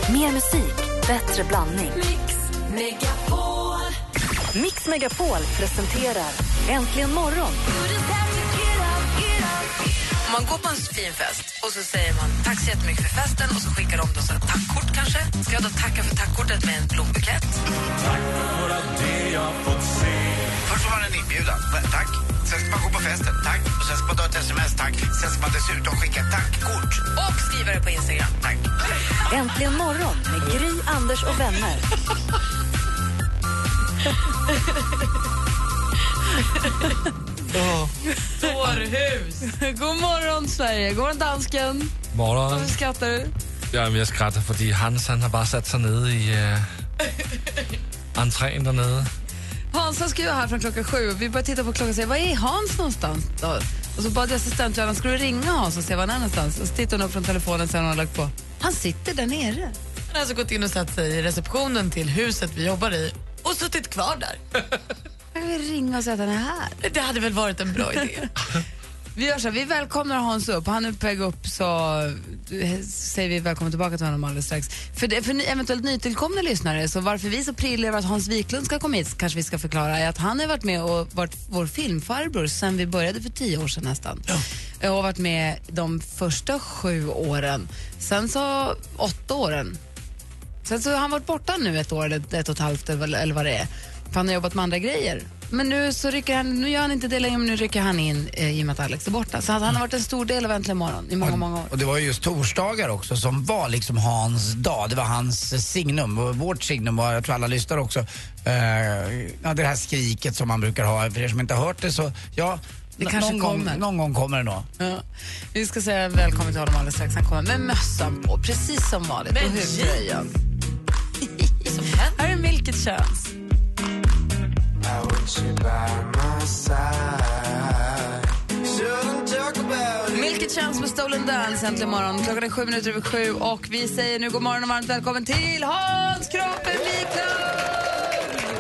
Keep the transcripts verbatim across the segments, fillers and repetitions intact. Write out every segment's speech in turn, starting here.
Mer musik, bättre blandning. Mix Megapol. Mix Megapol presenterar Äntligen morgon. Om man går på en fin fest och så säger man tack så jättemycket för festen och så skickar de då så ett tackkort kanske. Ska jag då tacka för tackkortet med en blombukett? Tack för allt det jag fått se. Först får man en inbjudan. Tack. Sen ska man gå på festen. Tack. Och sen ska man ta ett sms. Tack. Sen ska man dessutom skicka ett tackkort. Och skriva det på Instagram. Tack. Äntligen morgon med Gry, Anders och vänner. Oh. Dårhus. God morgon, Sverige. God morgon, dansken. Morgon. Varför skrattar du? Ja, men jag skrattar för att Hans han har bara satt sig nere i uh, entrén där nere. Hans han ska ju här från klockan sju. Vi börjar titta på klockan och säga, vad är Hans någonstans då? Och så bad jag assistenten, ska du ringa Hans och se var han är någonstans? Och så tittar hon upp från telefonen och sen har hon lagt på. Han sitter där nere. Han har alltså gått in och satt sig i receptionen till huset vi jobbar i och suttit kvar där. Jag vill ringa och säga att han är här. Det hade väl varit en bra idé. Vi gör så här, vi välkomnar Hans upp. Han är på väg upp, så säger vi välkommen tillbaka till honom alldeles strax. För, det, för eventuellt nytillkomna lyssnare, så varför vi så prillar över att Hans Wiklund ska komma hit, kanske vi ska förklara, är att han har varit med och varit vår filmfarbror sen vi började för tio år sedan nästan. Ja. Och varit med de första sju åren. Sen så åtta åren. Sen så har han varit borta nu ett år, eller ett och ett halvt eller vad det är. För han har jobbat med andra grejer. Men nu så rycker han, nu gör han inte det längre, men nu rycker han in eh, i och med att Alex är borta. Så han har varit en stor del av Äntligen morgon i många, många år. Och det var just torsdagar också som var liksom Hans dag. Det var hans signum, och vårt signum, och jag tror alla lyssnar också. Uh, ja, det här skriket som man brukar ha. För er som inte har hört det, så ja, det kanske någon, kommer. Gång, någon gång kommer det då. Ja. Vi ska säga välkommen till honom alldeles strax. Han kommer med mössan på, precis som vanligt. Men och huvudtröjan. Som händer. Här är Milket Chance. Milket Chance med Stolen Dance, äntligen morgon. Klockan är sju minuter över sju och vi säger nu god morgon och varmt välkommen till Hans Kroppen Wiklund!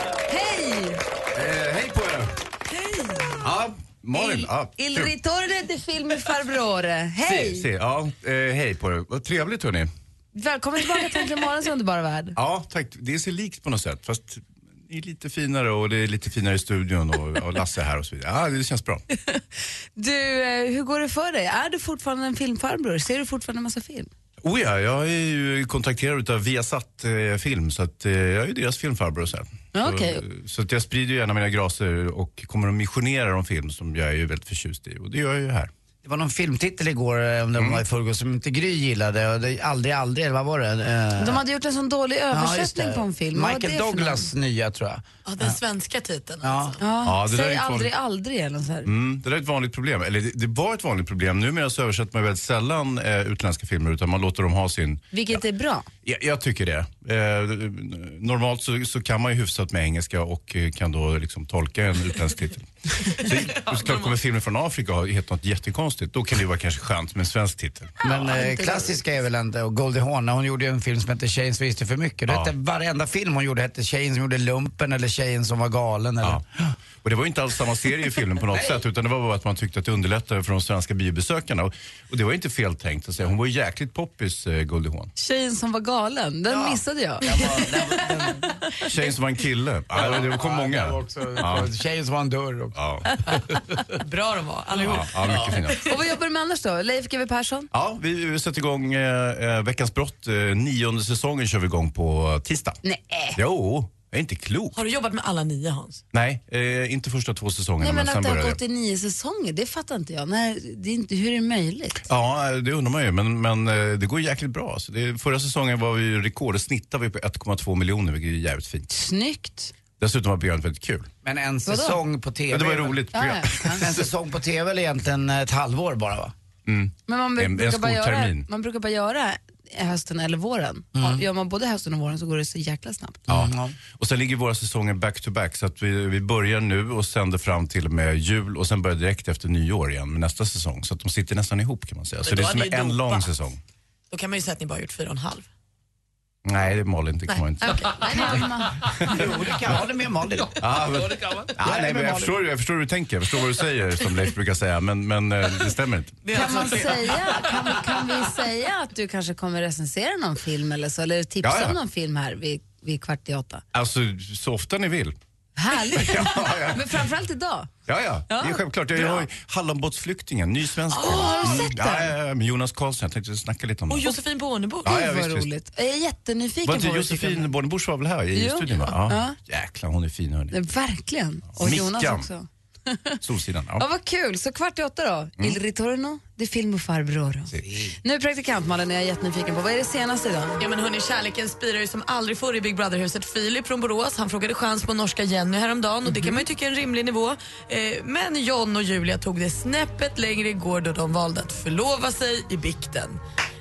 Hej! Eh, hej på er! Hej! Ja, Malin. Il, Ja, il kul. ritorno di film farbrore. Hej! Se, se, ja, eh, hej på er. Vad trevligt, hörni. Välkommen tillbaka till Äntligen morgons underbara värld. Ja, tack. Det är så likt på något sätt, fast det är lite finare och det är lite finare i studion och, och Lasse här och så vidare. Ja, det känns bra. Du, eh, hur går det för dig? Är du fortfarande en filmfarbror? Ser du fortfarande en massa film? Oh ja, jag är ju kontakterad av Viasat eh, film, så att, eh, jag är ju deras filmfarbror sen. Ja, okej. Så, så att jag sprider ju gärna mina graser och kommer att missionera de film som jag är ju väldigt förtjust i, och det gör jag ju här. Det var någon filmtitel igår, om det Mm. var i förrgår, som inte Gry gillade. Och det, aldrig, aldrig, eller vad var det? Eh, De hade gjort en sån dålig ja, just översättning det. på en film. Vad var Michael det för Douglas nya, tror jag. Ja, den svenska titeln. Ja. Alltså. Ja, Ja, det där är säg ett aldrig, vanligt- aldrig eller så här. Mm, det där är ett vanligt problem, eller det, det var ett vanligt problem. Numera så översätter man väldigt sällan eh, utländska filmer, utan man låter dem ha sin... Vilket är bra. Jag, jag tycker det. Eh, normalt så, så kan man ju hyfsat med engelska och eh, kan då liksom tolka en utländsk titel. Så, och såklart kommer filmer från Afrika och heter något jättekonstigt. Då kan det ju vara kanske skönt med en svensk titel. Men eh, inte klassiska är väl ändå, och Goldie Hawn, hon gjorde ju en film som hette Tjejen som visste för mycket. Det Ja. hette, varenda film hon gjorde hette Tjejen som gjorde lumpen eller Tjejen som var galen. Eller... Ja. Och det var ju inte alls samma serie i filmen på något sätt, utan det var bara att man tyckte att det underlättade för de svenska biobesökarna. Och, och det var inte fel tänkt att säga. Hon var ju jäkligt poppis, eh, Goldie Hawn. Tjejen som var galen, den Ja. missade jag. Den var, den, den, Tjejen som var en kille. Ja, det kom många. det var också, Ja. Tjejen som var en dörr också. Ja, Bra de var, allihop. ja, ja, mycket fina. Och vad jobbar du med annars då? Leif G W Persson? Ja, vi, vi sätter igång eh, Veckans brott. Eh, nionde säsongen kör vi igång på tisdag. Nej. Jo, jag är inte klok. Har du jobbat med alla nio, Hans? Nej, eh, inte första två säsongerna, Nej, men, men sen att det har började gått i nio säsonger, det fattar inte jag. Nej, det är inte, hur är det möjligt? Ja, det undrar man ju, men, men eh, det går jäkligt bra. Så det, förra säsongen var vi rekord, snittade vi på ett komma två miljoner, vilket är jävligt fint. Snyggt. Dessutom var programmet väldigt kul. Men en säsong på tv. Ja, det var ju roligt Ja, program. ja. En säsong på tv är egentligen ett halvår bara, va? Mm. Men man, En- en brukar bara göra, skoltermin. man brukar bara göra hösten eller våren. Ja, gör man både hösten och våren så går det så jäkla snabbt. Ja. Mm. Och sen ligger våra säsonger back to back, så att vi, vi börjar nu och sänder fram till och med jul och sen börjar direkt efter nyår igen med nästa säsong. Så att de sitter nästan ihop, kan man säga. Så Men det då är som har ni en dopat. lång säsong. Då kan man ju säga att ni bara gjort fyra och en halv. Nej, det är Malin, det kan man inte. Okay. Jo, det kan jag hålla med Malin. Ja, men, ja, nej, men jag, förstår, jag förstår hur du tänker, jag förstår vad du säger, som Leif brukar säga, men, men det stämmer inte. Kan, man säga, kan, kan vi säga att du kanske kommer recensera någon film eller så, eller tipsa ja, ja. om någon film här vid, vid kvart i åtta? Alltså, så ofta ni vill. Härligt. Ja, ja. Men framförallt idag. Ja, ja, ja, det är självklart. Jag har ju Hallonbåtsflyktingen, ny svensk. Åh, har du sett den? Ja, ja, ja, med Jonas Karlsson, jag tänkte snacka lite om det. Och Josefin Bornebusch. Ja, ja, Gud, visst, vad visst. roligt. Jag är jättenyfiken Var på inte vad du tycker om Josefin den. Bornebusch var väl här i Jo. studion? Va? Ja. Ja. Jäklar, hon är fin, hörni. Nej, verkligen. Och Jonas Mickan. också. Solsidan. Ja, Ja. vad kul. Så kvart i åtta då. Il ritorno di film farbror. Nu är praktikantmalen, jag är jättenyfiken på. Vad är det senaste idag? Ja men hörni, kärleken spirar ju som aldrig förr i Big Brother-huset. Filip från Borås, han frågade chans på norska Jenny häromdagen och det kan man ju tycka är en rimlig nivå. Eh, men John och Julia tog det snäppet längre igår då de valde att förlova sig i bikten.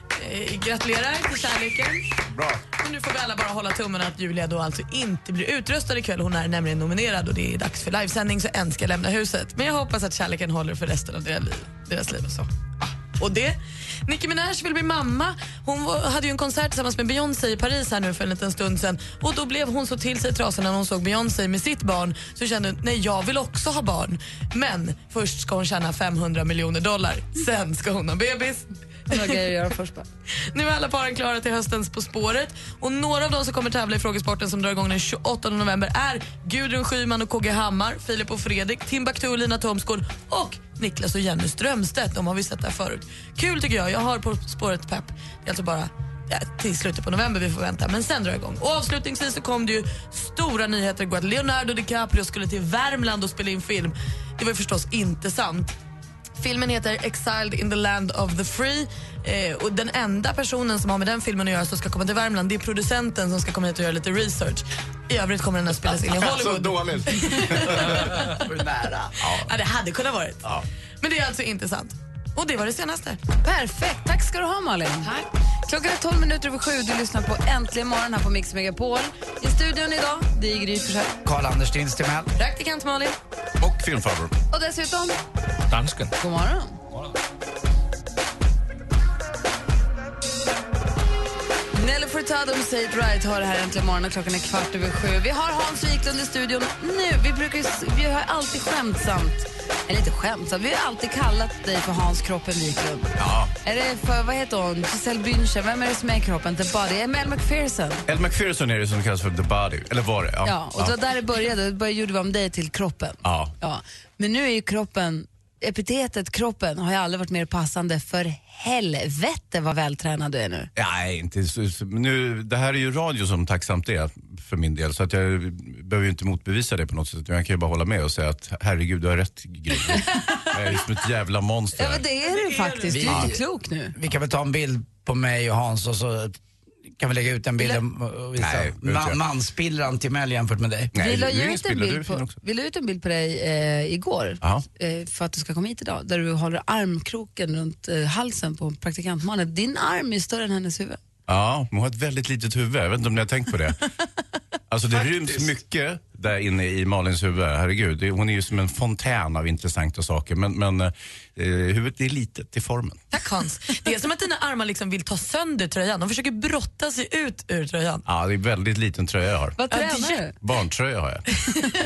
Eh, gratulerar till kärleken. Bra. Och nu får vi alla bara hålla tummen att Julia då alltså inte blir utröstad ikväll. Hon är nämligen nominerad och det är dags för livesändning så en ska lämna huset. Men jag hoppas att kärleken håller för resten av deras liv. Deras liv och så. Och det, Nicki Minaj vill bli mamma. Hon var, hade ju en konsert tillsammans med Beyoncé i Paris här nu för en liten stund sedan. Och då blev hon så till sig trasig när hon såg Beyoncé med sitt barn. Så kände hon, nej jag vill också ha barn. Men först ska hon tjäna femhundra miljoner dollar. Sen ska hon ha bebis. Några grejer att göra först bara. Nu är alla paren klara till höstens På spåret. Och några av de som kommer tävla i frågesporten som drar igång den tjugoåttonde november är Gudrun Schyman och K G Hammar, Filip och Fredrik, Timbuktu och Lina Thomsgård och Niklas och Jenny Strömstedt. De har vi sett där förut. Kul tycker jag, jag har På spåret pepp. Det är alltså bara ja, till slutet på november vi får vänta, men sen drar det igång. Och avslutningsvis så kom det ju stora nyheter igår att Leonardo DiCaprio skulle till Värmland och spela in film. Det var ju förstås inte sant. Filmen heter Exiled in the Land of the Free eh, och den enda personen som har med den filmen att göra som ska komma till Värmland, det är producenten som ska komma hit och göra lite research. I övrigt kommer den att spelas in i Hollywood. Så dåligt. Nära. Ja, det hade kunnat varit. Ja. Men det är alltså inte sant. Och det var det senaste. Perfekt, tack ska du ha Malin. Tack. Klockan är tolv minuter över sju, du lyssnar på Äntligen morgon här på Mix Megapol. I studion idag, det är Gry Forssell. Karl-Anders Lindström. Praktikant Malin. Och filmfarbror. Och dessutom, Dansken. god morgon. Nelly Furtado med Say It Right har det här Äntligen morgon och klockan är kvart över sju. Vi har Hans Wiklund i studion nu. Vi, brukar, vi har alltid skämtsamt, eller inte skämtsamt, vi har alltid kallat dig för Hans Kroppen Wiklund. Ja. Är det för, vad heter hon, Giselle Bündchen, vem är det som är kroppen? The Body, är Mel McPherson? Ed McPherson är det som kallas för The Body, eller var det? Ja, Ja, och det var där det började, då gjorde vi om dig till kroppen. Ja. Ja. Men nu är ju kroppen, epitetet kroppen har ju aldrig varit mer passande. För helvete vad vältränad du är nu. Nej, inte så, så, nu, det här är ju radio som tacksamt är för min del, så att jag behöver ju inte motbevisa det på något sätt. Jag kan ju bara hålla med och säga att herregud, du har rätt Gry. Jag är som ett jävla monster. Ja, men det är du faktiskt, du är inte klok nu. Vi kan väl ta en bild på mig och Hans och så kan vi lägga ut den bilden och visa. Nej, det vet Ma- jag. Manspillran till Mel jämfört med dig. Nej, Vi la du är ju ingen ut en spiller, du är bild fin på, också. vi la ut en bild på dig eh, igår Ja. eh, för att du ska komma hit idag, där du håller armkroken runt eh, halsen på praktikantmannen. Din arm är större än hennes huvud. Ja, hon har ett väldigt litet huvud. Jag vet inte om ni har tänkt på det. Alltså det ryms mycket där inne i Malins huvud. Herregud, det, hon är ju som en fontän av intressanta saker. Men, men eh, huvudet är litet i formen. Tack Hans. Det är som att dina armar liksom vill ta sönder tröjan. De försöker brotta sig ut ur tröjan. Ja, det är väldigt liten tröja jag har. Vad Ja, tränar det- du? Barntröja har jag.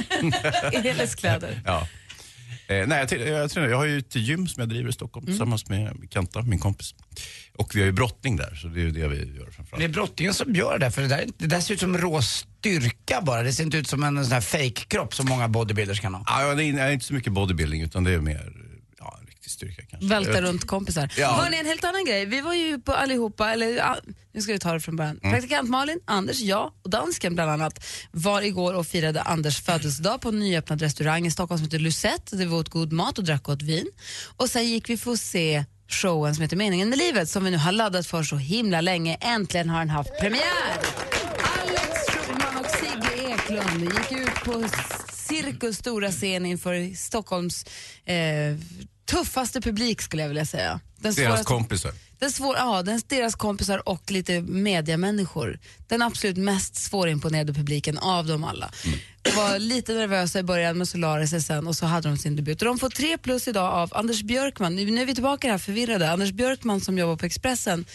I hennes kläder. Ja. Eh, nej, jag, till- jag, tränar. Jag har ju ett gym som jag driver i Stockholm tillsammans med Kenta, min kompis. Och vi har ju brottning där, så det är ju det vi gör framförallt. Det är brottningen som gör det, för det där, det där ser ut som rå styrka bara. Det ser inte ut som en sån här fake-kropp som många bodybuilders kan ha. Ja, det är inte så mycket bodybuilding, utan det är mer ja, riktig styrka kanske. Välta Jag- runt kompisar. Ja. Hörrni, en helt annan grej. Vi var ju på allihopa, eller ja, nu ska vi ta det från början. Praktikant Malin, Anders, jag och dansken bland annat var igår och firade Anders födelsedag på en nyöppnad restaurang i Stockholm som heter Lucette. Det var åt god mat och drack åt vin. Och sen gick vi för att se showen som heter Meningen med livet, som vi nu har laddat för så himla länge. Äntligen har den haft premiär! Alex Schulman och Sigge Eklund gick ut på Cirkus stora scen inför Stockholms eh, tuffaste publik, skulle jag vilja säga. Den Deras svåraste- kompisar. den svår, ja, den, deras kompisar och lite mediamänniskor. Den absolut mest svårimponerade publiken av dem alla. Mm. De var lite nervösa i början, men så la det sig sen och så hade de sin debut. Och de får tre plus idag av Anders Björkman. Nu är vi tillbaka här förvirrade. Anders Björkman som jobbar på Expressen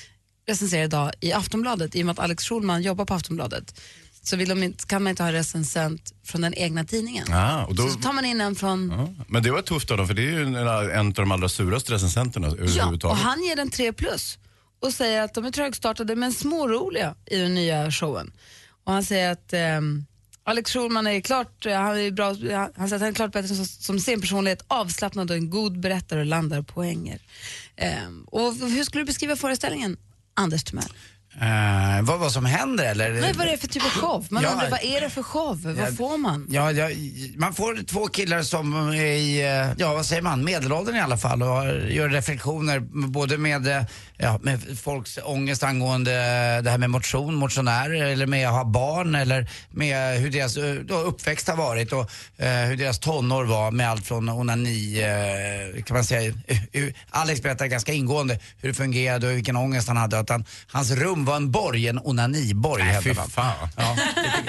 recensera idag i Aftonbladet, i och med att Alex Schulman jobbar på Aftonbladet. Så vill de inte, kan man inte ha recensent från den egna tidningen. Ah, och då, så tar man in en från... Ja, men det var tufft av dem, för det är ju en, en av de allra suraste recensenterna överhuvudtaget. Ja, och han ger den tre plus och säger att de är trögstartade men småroliga i den nya showen. Och han säger att eh, Alex Schulman är klart, han är bra, han säger att han är klart bättre som, som scenpersonlighet, avslappnad och en god berättare och landar poänger. Eh, och hur skulle du beskriva föreställningen, Anders Timell? Uh, vad, vad som händer eller? Nej, vad är det för typ av show? Man ja, undrar, vad är det för show? Vad ja, får man? Ja, ja, man får två killar som är i, ja vad säger man, medelåldern i alla fall och har, gör reflektioner både med, ja, med folks ångest angående det här med motion, motionärer eller med att ha barn eller med hur deras då, uppväxt har varit och uh, hur deras tonår var med allt från onani, uh, kan man säga. Uh, Alex berättar ganska ingående hur det fungerade och vilken ångest han hade. Att han, hans rum var en borg, en onaniborg. Nej, fy fan. Ja,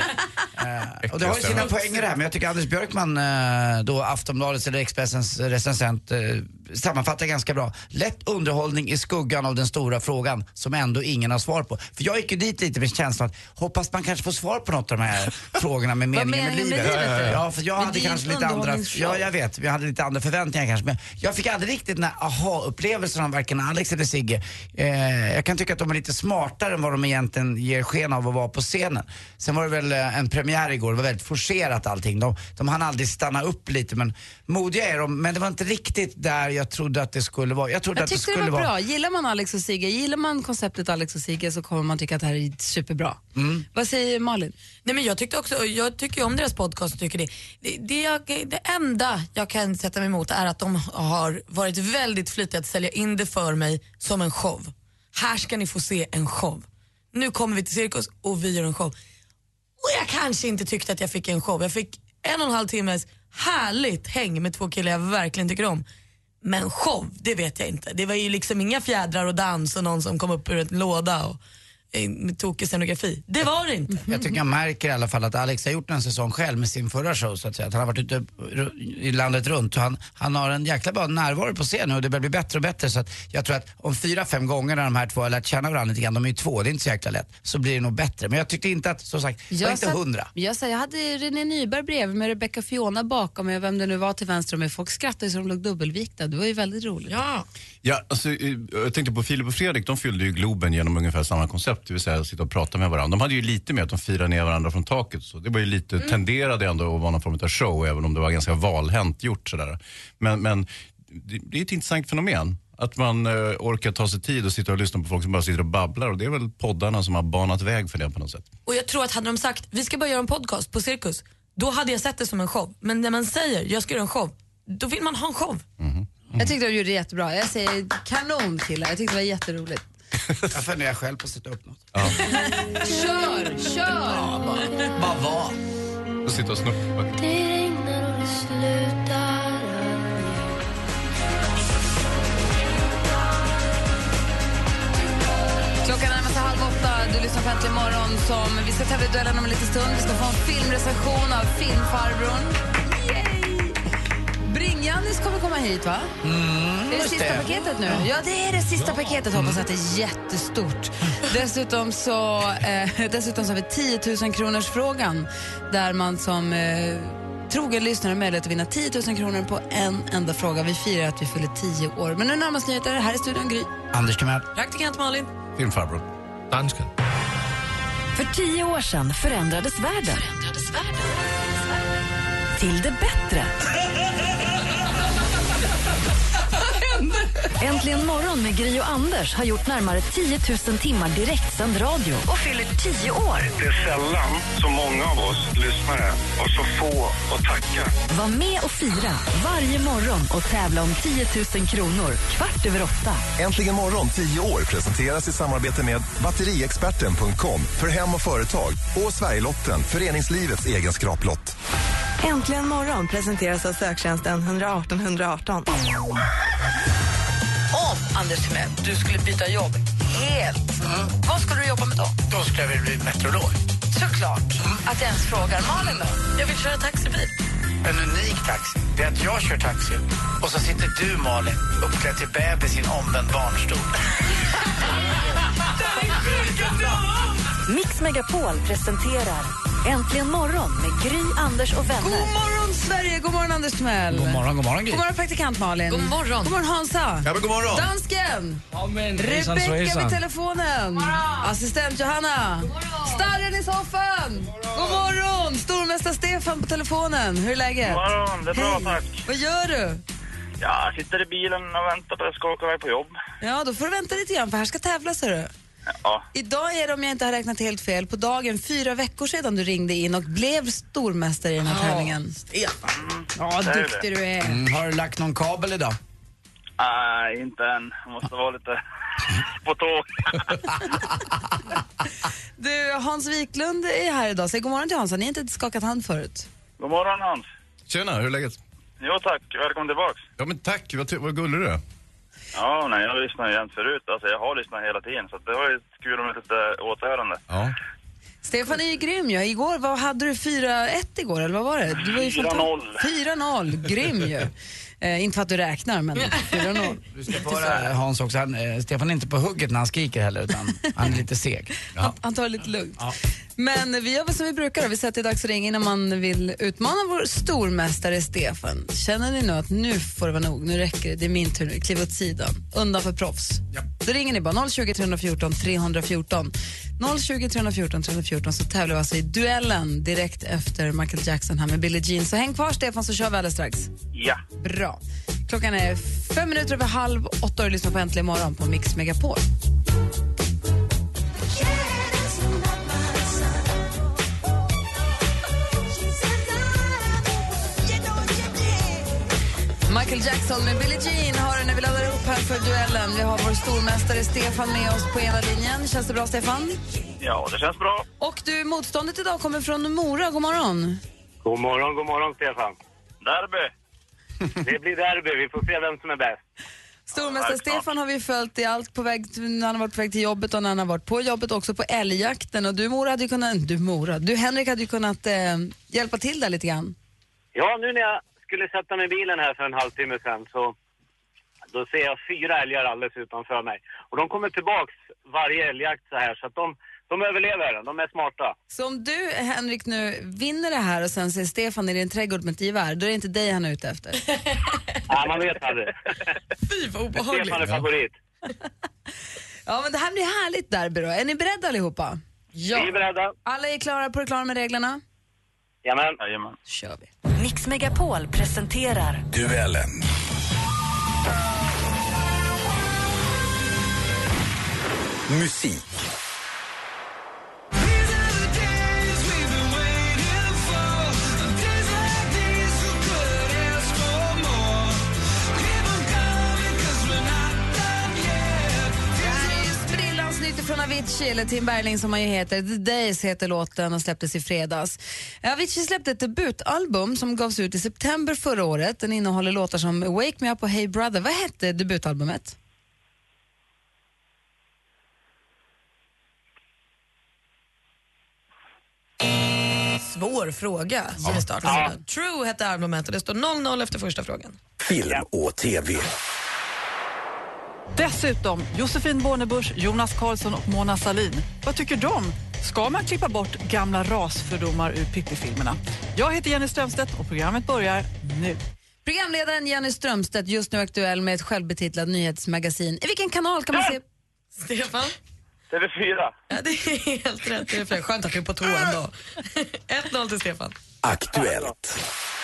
uh, och det har ju sina poänger här, men jag tycker Anders Björkman, uh, då Aftonbladets eller Expressens recensent, uh, sammanfattar ganska bra. Lätt underhållning i skuggan av den stora frågan som ändå ingen har svar på. För jag gick ju dit lite med känslan att hoppas man kanske får svar på något av de här frågorna med meningen med livet. Med livet ja, för jag men hade kanske lite andra, ja jag vet, vi hade lite andra förväntningar kanske, men jag fick aldrig riktigt den här aha-upplevelsen av varken Alex eller Sigge. Eh, jag kan tycka att de är lite smartare än vad de egentligen ger sken av att vara på scenen. Sen var det väl en premiär igår, det var väldigt forcerat allting. De, de hann aldrig stanna upp lite, men modiga är de, men det var inte riktigt där jag trodde att det skulle vara. Jag trodde jag att det tyckte skulle det var vara bra. Gillar man Alex och Sigge, gillar man konceptet Alex och Sigge så kommer man tycka att det här är superbra. Mm. Vad säger Malin? Nej, men jag tyckte också, jag tycker om deras podcast och tycker det. Det, det, jag, det enda jag kan sätta mig emot är att de har varit väldigt flitiga att sälja in det för mig som en show. Här ska ni få se en show. Nu kommer vi till Cirkus och vi gör en show. Och jag kanske inte tyckte att jag fick en show. Jag fick en och en halv timmes härligt häng med två killar jag verkligen tycker om. Men show, det vet jag inte. Det var ju liksom inga fjädrar och dans och någon som kom upp ur en låda och med tokig scenografi. Det var det inte. Jag tycker jag märker i alla fall att Alex har gjort en säsong själv med sin förra show så att säga. Att han har varit ute i landet runt och han, han har en jäkla bra närvaro på scenen och det börjar bli bättre och bättre så att jag tror att om fyra, fem gånger när de här två har lärt känna varandra lite grann, de är ju två, det är inte så jäkla lätt, så blir det nog bättre. Men jag tyckte inte att, som sagt, det var inte hundra. Jag, sa, jag hade René Nyberg bredvid med Rebecca Fiona bakom och vem det nu var till vänster och med. Folk skrattade så de låg dubbelviktade. Det var ju väldigt roligt. Ja. Ja, alltså, jag tänkte på Filip och Fredrik, de fyllde ju Globen genom ungefär samma koncept, det vill säga att sitta och prata med varandra. De hade ju lite med att de firade ner varandra från taket, så det var ju lite, mm. tenderade ändå att vara någon form av show, även om det var ganska valhänt gjort sådär. Men, men det, det är ett intressant fenomen, att man eh, orkar ta sig tid och sitta och lyssna på folk som bara sitter och babblar, och det är väl poddarna som har banat väg för det på något sätt. Och jag tror att hade de sagt, vi ska bara göra en podcast på Cirkus, då hade jag sett det som en show. Men när man säger, jag ska göra en show, då vill man ha en show. Mm. Mm. Jag tyckte de gjorde det jättebra. Jag säger kanon killar, jag tyckte det var jätteroligt. Jag funderar själv på att sätta upp något. Ja. Kör, kör! Ja, bara, bara var. Och sitta och snuppa. Klockan närmar sig halv åtta, du lyssnar på Äntligen morgon som vi ska tävla i duellen om en liten stund. Vi ska få en filmrecension av Filmfarbrorn. Yay! Bring-Jannis kommer komma hit, va? Mm, det är det sista det. paketet nu. Ja, det är det sista paketet. Hoppas att det är jättestort. Dessutom så, eh, dessutom så har vi tio tusen kronors frågan där man som eh, trogen lyssnare har möjlighet att vinna tio tusen kronor på en enda fråga. Vi firar att vi fyller tio år. Men nu närmast nyheter här i studion Gry. Anders Timell. Praktikant Malin. Filmfarbror. Dansken. För tio år sedan förändrades världen. Förändrades världen. Till det bättre. Äntligen morgon med Gry och Anders har gjort närmare tio tusen timmar direktsänd radio och fyller tio år. Det är sällan så många av oss lyssnare och så få att tacka. Var med och fira varje morgon och tävla om tio tusen kronor kvart över åtta. Äntligen morgon tio år presenteras i samarbete med batteriexperten punkt com för hem och företag och Sverigelotten, föreningslivets egen skraplott. Äntligen morgon presenteras av söktjänsten ett ett åtta ett ett åtta. Om, Anders Timell, du skulle byta jobb helt, mm. vad skulle du jobba med då? Då skulle jag vilja bli meteorolog. Såklart, mm. att jag ens frågar. Malin då? Jag vill köra taxibil. En unik taxi, det är att jag kör taxi och så sitter du, Malin, uppklädd till bebis i en omvänd barnstol. Mix Megapol presenterar Äntligen morgon med Gry, Anders och vänner. God morgon Sverige, god morgon Anders Timell. God morgon, god morgon Gry. God morgon praktikant Malin. God morgon. God morgon Hansa. Ja, men god morgon. Dansken. Ja, men, Rebecka vid telefonen. Assistent Johanna. Starren i soffan. God morgon. Stormästare Stefan på telefonen. Hur är läget? God morgon, det är bra, Hej. tack. Vad gör du? Ja, jag sitter i bilen och väntar på att jag ska åka iväg på jobb. Ja, då får du vänta lite grann för här ska tävlas, ser du. Ja. Idag är det, om jag inte har räknat helt fel, på dagen fyra veckor sedan du ringde in och blev stormästare i den här tävlingen. Stefan. Ja, det är duktig du är. Mm, har du lagt någon kabel idag? Nej, inte än. Jag måste vara lite på tå. Du, Hans Wiklund är här idag. Säg god morgon till Hans. Ni har inte skakat hand förut. God morgon, Hans. Tjena, hur är läget? Jo, tack. Välkommen tillbaks. Ja, men tack. Vad, vad gullig du är. Ja, nej, jag lyssnar igen förut. Alltså, jag har lyssnat hela tiden, så det var ju kul med lite återhörande. Ja. Stefan är ju grym. Ja. Igår, vad hade du? fyra ett igår, eller vad var det? Du var ju fyra noll. fyra noll. Grym ju. Eh, inte för att du räknar, men fyra noll. Du ska få höra Hans också. Han, eh, Stefan är inte på hugget när han skriker heller, utan han är lite seg. Ja. Han, han tar det lite lugnt. Ja. Men vi gör väl som vi brukar då. Vi sätter dags att ringa innan man vill utmana vår stormästare Stefan. Känner ni nu att nu får det vara nog, nu räcker det, det är min tur nu, kliv åt sidan, undan för proffs. Ja. Då ringer ni bara noll tjugo, tre fjorton, tre fjorton. noll tjugo, tre fjorton, tre fjorton, så tävlar vi alltså i duellen direkt efter Michael Jackson här med Billie Jean. Så häng kvar Stefan, så kör vi alldeles strax. Ja. Bra. Klockan är fem minuter över halv åtta och lyssnar på Äntligen morgon på Mix Megapol. Michael Jackson med Billie Jean har när vi laddar upp här för duellen. Vi har vår stormästare Stefan med oss på ena linjen. Känns det bra, Stefan? Ja, det känns bra. Och du, motståndet idag kommer från Mora. God morgon. God morgon, god morgon, Stefan. Derby. Det blir derby. Vi får se vem som är bäst. Stormästare Ja, Stefan har vi följt i allt på väg, när han har varit på väg till jobbet och när han har varit på jobbet, också på älgjakten. Och du, Mora, hade ju kunnat... Du, Mora. Du, Henrik, hade ju kunnat eh, hjälpa till där lite grann. Ja, nu när jag skulle sätta mig i bilen här för en halvtimme sedan, så då ser jag fyra älgar alldeles utanför mig. Och de kommer tillbaks varje älgjakt så här, så att de, de överlever, de är smarta. Så om du, Henrik, nu vinner det här och sen ser Stefan i din trädgård med ett gevär, då är det inte dig han är ute efter. Ja, man vet aldrig. Fy, vad obehagligt. Stefan är favorit. Ja, men det här blir härligt derby då. Är ni beredda allihopa? Ja. Vi är beredda. Alla är klara på det klara med reglerna? Jajamän. Jajamän. Kör vi. Mix Megapol presenterar Duellen. Musik. Från Avicii, eller Tim Bergling som han ju heter. The Days heter låten och släpptes i fredags. Avicii släppte ett debutalbum som gavs ut i september förra året. Den innehåller låtar som Wake Me Up och Hey Brother. Vad hette debutalbumet? Svår fråga. Ja. Ja. True hette albumet och det står noll noll efter första frågan. Film och tv. Dessutom Josefin Bornebusch, Jonas Karlsson och Mona Sahlin. Vad tycker de? Ska man klippa bort gamla rasfördomar ur Pippi-filmerna? Jag heter Jenny Strömstedt och programmet börjar nu. Programledaren Jenny Strömstedt, just nu aktuell med ett självbetitlat nyhetsmagasin. I vilken kanal kan man se... Stefan? T V fyra. Ja, det är helt rätt. Det är skönt att du är på tå ändå. ett noll till Stefan. Aktuellt.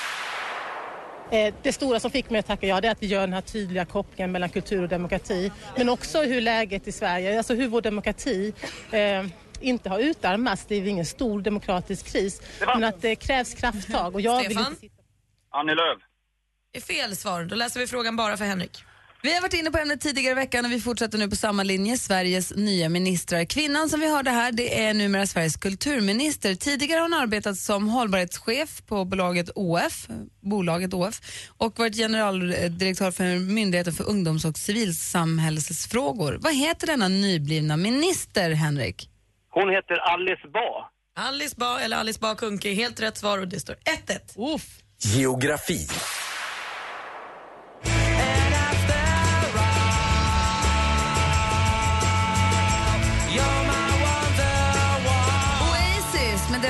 Det stora som fick mig att tacka ja, det är att vi gör den här tydliga kopplingen mellan kultur och demokrati. Men också hur läget i Sverige, alltså hur vår demokrati eh, inte har utarmats. Det är ingen stor demokratisk kris. Men att det krävs krafttag. Och jag Stefan? vill inte sitta... Annie Lööf. Det är fel svar. Då läser vi frågan bara för Henrik. Vi har varit inne på ämnet tidigare i veckan och vi fortsätter nu på samma linje. Sveriges nya ministrar. Kvinnan som vi hörde här, det är numera Sveriges kulturminister. Tidigare har hon arbetat som hållbarhetschef på bolaget O F, bolaget O F och varit generaldirektör för Myndigheten för ungdoms- och civilsamhällsfrågor. Vad heter denna nyblivna minister, Henrik? Hon heter Alice Bah. Alice Bah eller Alice Bah Kuhnke, helt rätt svar och det står ett ett. Uff. Geografi.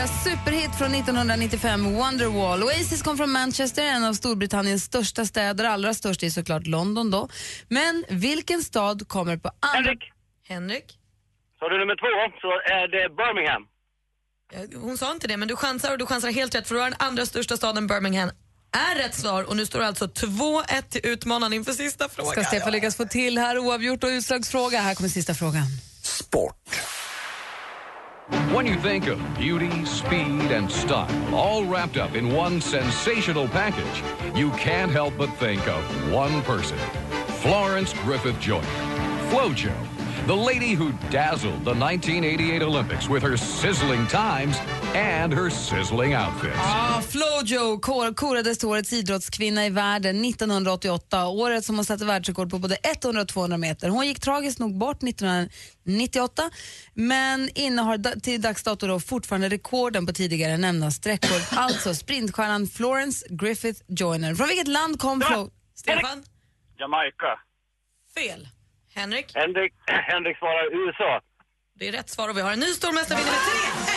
deras superhit från nittonhundranittiofem, Wonderwall. Oasis kom från Manchester, en av Storbritanniens största städer. Allra störst är såklart London då. Men vilken stad kommer på andra... Henrik. Henrik? Så du nummer två så är det Birmingham. Hon sa inte det, men du chansar och du chansar helt rätt för du har den andra största staden, Birmingham. Är rätt svar och nu står det alltså två ett till utmanaren inför sista frågan. Ska Stefan lyckas få till här oavgjort och utslagsfråga? Här kommer sista frågan. Sport. When you think of beauty, speed and style all wrapped up in one sensational package, you can't help but think of one person. Florence Griffith Joyner. Flojo. The lady who dazzled the nineteen eighty-eight Olympics with her sizzling times and her sizzling outfits. Ah, Flojo kor- korades till årets idrottskvinna i världen nittonhundraåttioåtta. Året som hon satte världsrekord på både hundra och tvåhundra meter. Hon gick tragiskt nog bort nittonhundranittioåtta men innehar da- till dags dato då fortfarande rekorden på tidigare nämnda sträckor. Alltså sprintstjärnan Florence Griffith Joyner. Från vilket land kom Flo? Stefan? Jamaica. Fel. Henrik? Henrik, Henrik svarar U S A. Det är rätt svar och vi har en ny stormästare vinner med tre.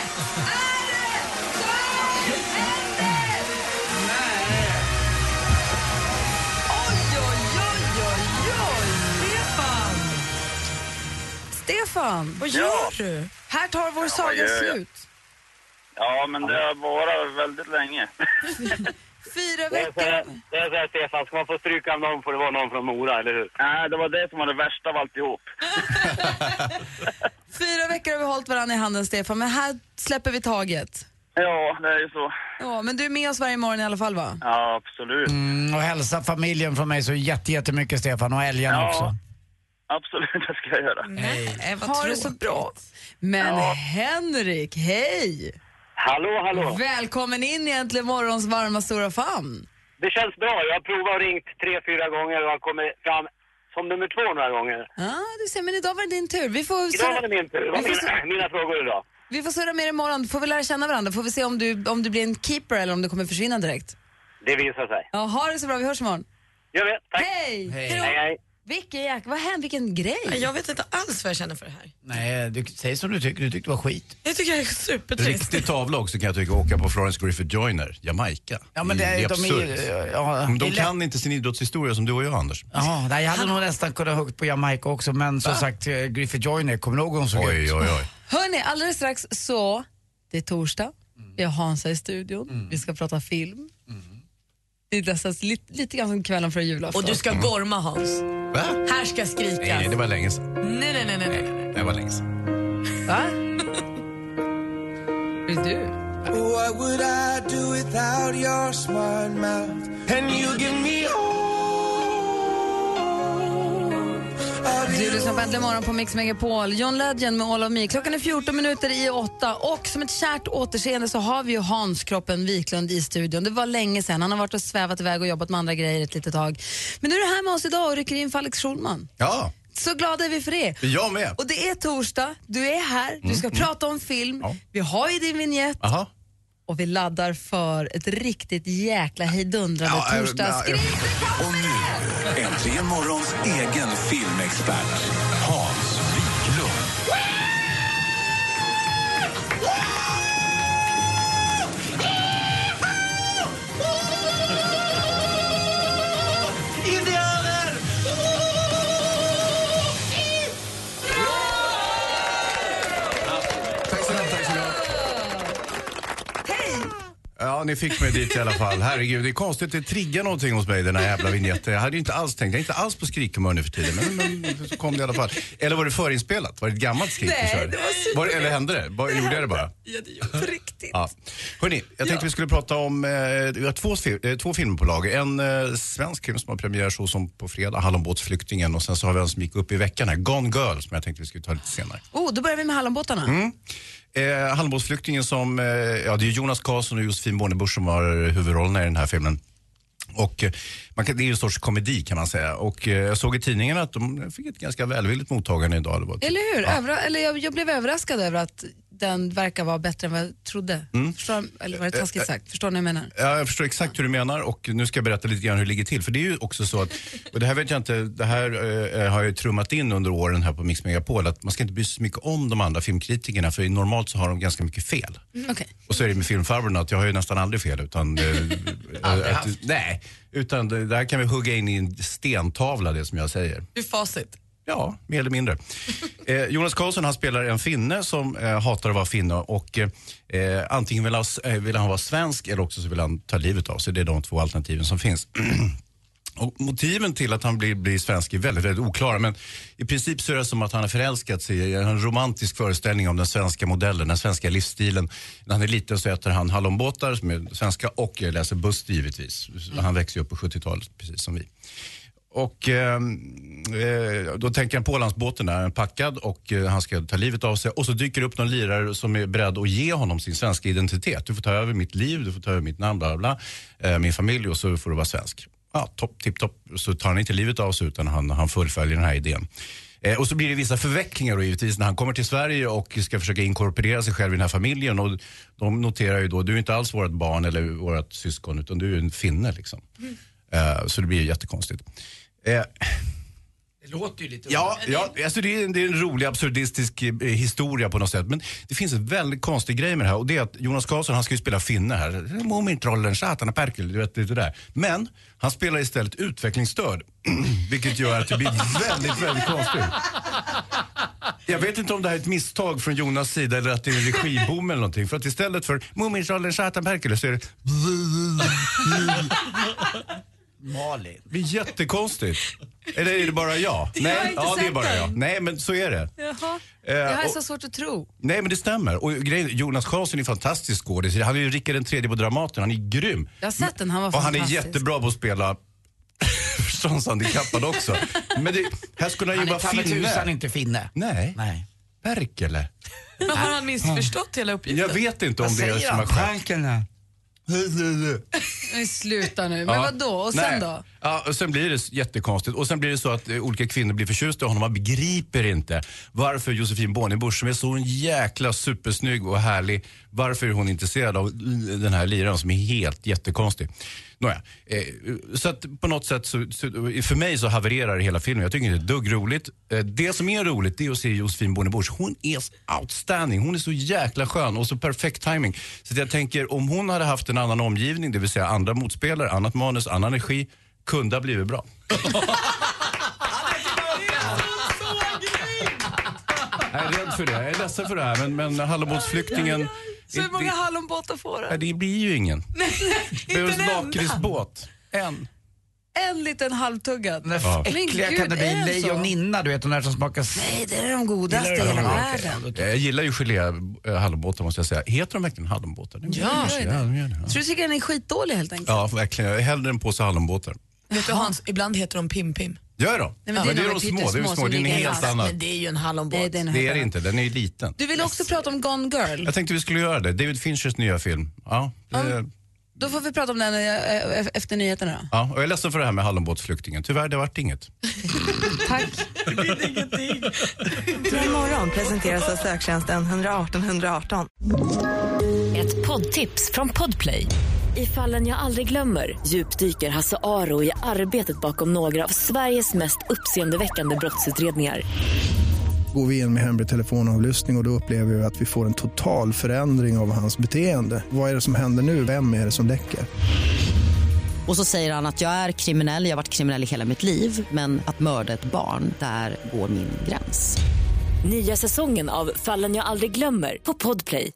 Stefan, vad gör Ja. du? Här tar vår Ja, saga vad gör jag? slut. Ja, men det har varit väldigt länge. Fyra Det är så här, det är så här, Stefan, ska man få stryka av någon får det vara någon från Mora, eller hur? Nej, det var det som var det värsta av alltihop. Fyra veckor har vi hållit varandra i handen, Stefan, men här släpper vi taget. Ja, det är ju så. Ja, men du är med oss varje morgon i alla fall, va? Ja, absolut. Mm, och hälsa familjen från mig så jätte, jättemycket, Stefan, och älgarna Ja. också. Absolut, det ska jag göra. Nej, vad Ha det så bra. Men Ja. Henrik, hej! Hallå, hallå. Välkommen in i Äntligen morgons varma stora famn. Det känns bra. Jag har provat och ringt tre, fyra gånger och har kommit fram som nummer två några gånger. Ja, du ser, men idag var det din tur. Vi får Idag var det min tur. Det var vi får mina, mina frågor idag. Vi får surra mer imorgon. Får vi lära känna varandra. Får vi se om du, om du blir en keeper eller om du kommer försvinna direkt. Det visar sig. Ja, ha det så bra. Vi hörs imorgon. Gör det. Tack. Hej! Hej. Hejdå. Hej, hej. Vilken jäk... Vad hände? Vilken grej. Jag vet inte alls vad jag känner för det här. Nej, du säger som du tycker. Du tyckte det var skit. Jag tycker jag är supertrist. Riktigt tavla också kan jag tycka, åka på Florence Griffith Joyner, Jamaica. Ja, men det är, det är de absurt. är, ja, Men de det är kan inte sin idrottshistoria som du och jag, Anders. Ja, nej, jag hade nog nästan kunnat hugga på Jamaica också, men som sagt, eh, Griffith Joyner, kommer du ihåg hur hon såg Oj, ut? oj, oj. Hörrni, alldeles strax så... Det är torsdag. Vi har Hansa i studion. Vi ska prata film. Det är nästan lite, lite grann som kvällen före julafton. Och du ska gorma, Hans. Va? Här ska skrikas. Nej, nej, det var länge sedan. Nej, nej, nej, nej, nej. Det var länge sedan. Va? Är det du? What would I do without your smart mouth? And you give me Du lyssnar på Äntligen morgon på Mix Megapol. John Legend med All of Me. Klockan är fjorton minuter i åtta. Och som ett kärt återseende så har vi ju Hans Kroppen Wiklund i studion. Det var länge sedan. Han har varit och svävat iväg och jobbat med andra grejer ett litet tag. Men nu är du här med oss idag och rycker in för Alex Schulman. Ja. Så glada är vi för det. Jag med. Och det är torsdag. Du är här. Du ska Mm, prata om film. Ja. Vi har ju din vignett. Aha. Och vi laddar för ett riktigt jäkla hejdundrande Ja, äh, torsdagsskrik. Och nu, äntligen morgons egen filmexpert, Hans Wiklund. Indianer! Tack så mycket, tack så mycket. Hej! Ja, ni fick mig dit i alla fall. Herregud, det är konstigt, det triggar någonting hos mig, den här jävla vignetten. Jag hade ju inte alls tänkt, jag är inte alls på skrikhumör nu för tiden, men, men så kom det i alla fall. Eller var det förinspelat? Var det ett gammalt skrik? Nej, du körde? det var super- var det, eller hände det? Bara, gjorde jag det bara? Ja, det gör på riktigt. Ja. Hörrni, jag tänkte vi skulle prata om, eh, vi har två, fi- eh, två filmer på lager. En eh, svensk film som har premiär så som på fredag, Hallonbåtsflyktingen, och sen så har vi en som gick upp i veckan här, Gone Girl, som jag tänkte vi skulle ta lite senare. Oh, då börjar vi med Hallonbåtarna. Mm. Eh, Hallonbåtsflyktingen som, eh, ja det är Jonas Karlsson och Josefin Bornebusch som har huvudrollerna i den här filmen. Och eh, man kan, det är ju en sorts komedi kan man säga. Och eh, jag såg i tidningen att de fick ett ganska välvilligt mottagande idag. Det var typ, Eller hur? ja. Övra, eller jag, jag blev överraskad över att den verkar vara bättre än vad jag trodde. Mm. Förstår, eller var det taskigt sagt? Förstår ni vad jag menar? Ja, jag förstår exakt hur du menar och nu ska jag berätta lite grann hur det ligger till. För det är ju också så att, och det här vet jag inte, det här eh, har jag ju trummat in under åren här på Mix Megapol, att man ska inte bry sig så mycket om de andra filmkritikerna, för normalt så har de ganska mycket fel. Mm. Okay. Och så är det med filmfarbrorna att jag har ju nästan aldrig fel, utan... Eh, aldrig att, nej, utan det där kan vi hugga in i en stentavla, det som jag säger. Det är facit. Ja, mer eller mindre. Eh, Jonas Karlsson, han spelar en finne som eh, hatar att vara finne och eh, antingen vill han, eh, vill han vara svensk eller också så vill han ta livet av sig. Det är de två alternativen som finns. Och motiven till att han blir, blir svensk är väldigt, väldigt oklara, men i princip så är det som att han har förälskat sig i en romantisk föreställning om den svenska modellen, den svenska livsstilen. När han är liten så äter han hallonbåtar som är svenska och läser Bust givetvis. Han växer upp på sjuttiotalet precis som vi. Och eh, då tänker han på Ålandsbåten är packad och eh, han ska ta livet av sig. Och så dyker upp någon lirare som är beredd att ge honom sin svenska identitet. Du får ta över mitt liv, du får ta över mitt namn, bla bla, bla eh, min familj och så får du vara svensk. Ja, topp, tipp, topp. Så tar han inte livet av sig utan han, han fullföljer den här idén. Eh, och så blir det vissa förvecklingar då, givetvis när han kommer till Sverige och ska försöka inkorporera sig själv i den här familjen. Och de noterar ju då, du är inte alls vårt barn eller vårt syskon utan du är en finne liksom. Mm. Eh, så det blir ju jättekonstigt. Eh, det låter ju lite... Ja, ja alltså det, är, det är en rolig absurdistisk eh, historia på något sätt. Men det finns en väldigt konstig grej med det här. Och det är att Jonas Karlsson, han ska ju spela finne här. Mumintrollen, Satan och Perkel, du vet det där. Men han spelar istället utvecklingsstörd. Vilket gör att det blir väldigt, väldigt konstigt. Jag vet inte om det här är ett misstag från Jonas sida eller att det är en regibom eller någonting. För att istället för Mumintrollen, Satan och Perkel så är det... Malin. Det blir jättekonstigt. Eller är det bara jag? Jag Nej, ja, det är bara den. jag. Nej, men så är det. Jaha. Eh, Det här är och, så svårt att tro. nej, men det stämmer. Och grejen, Jonas Karlsson är fantastisk skådis. Han är ju Rickard den tredje på Dramaten. Han är grym. Jag har sett den, han var Och han är fantastisk. jättebra på att spela förståndshandikappad också. Men det, här skulle han ju Han vara är ta med finne. tusan inte finne. Nej. Nej. Perkele. Men har han missförstått hela uppgiften? Jag vet inte om Vad det är säger som har han? skett. Perkele. Nej, sluta nu. Men Ja. vad då? Och sen Nej. då? Ja, och sen blir det jättekonstigt. Och sen blir det så att eh, olika kvinnor blir förtjusta i honom. Man begriper inte varför Josefin Bornebusch, som är så en jäkla supersnygg och härlig, varför är hon intresserad av den här liraren som är helt jättekonstig. Nåja, eh, så att på något sätt så, så, för mig så havererar hela filmen. Jag tycker det är ett dugg roligt. Eh, det som är roligt det är att se Josefin Bornebusch. Hon är outstanding. Hon är så jäkla skön och så perfekt timing. Så att jag tänker, om hon hade haft en annan omgivning, det vill säga andra motspelare, annat manus, annan regi, kunde ha blivit bra. Jag är rädd för det. Jag är ledsen för det här. Men, men hallonbåtsflyktingen... Så hur många hallonbåtar får Ja, den? det blir ju ingen. Det behövs en enda. lakritsbåt. En. En liten halvtuggad. Den där Ja. äckliga Men kan det gud, är bli det så? lejoninna, du vet, de där som smakar... Nej, det är de godaste i Gillar du hela dem? världen. Jag gillar ju gelé äh, hallonbåtar måste jag säga. Heter de verkligen hallonbåtar? Ja, ja, gör det. de gör det. Så du tycker den är skitdålig helt enkelt? Ja, verkligen. Jag är hellre en påse hallonbåtar. Vet du Hans, ibland heter de Pim Pim. Gör de? men Ja, det är men det är nog de de små. Det är de pyttesmå små. som Det är en ligger i helt halsen. annat. Men det är ju en hallonbåt. Det är, den Det helt är det annan. inte. Den är ju liten. Du vill också prata om Gone Girl. Jag tänkte vi skulle göra det. David Finchers nya film. Ja, det, Då får vi prata om den eh, efter nyheterna då. ja, och jag är ledsen för det här med hallonbåtsflyktingen. Tyvärr, det vart inget. Tack. Till morgon presenteras av söktjänsten ett ett åtta ett ett åtta. Ett poddtips från Podplay. I Fallen jag aldrig glömmer djupdyker Hasse Aro i arbetet bakom några av Sveriges mest uppseendeväckande brottsutredningar. Går vi in med hemlig telefonavlyssning och, och då upplever vi att vi får en total förändring av hans beteende. Vad är det som händer nu? Vem är det som läcker? Och så säger han att jag är kriminell, jag har varit kriminell i hela mitt liv. Men att mörda ett barn, där går min gräns. Nya säsongen av Fallen jag aldrig glömmer på Podplay.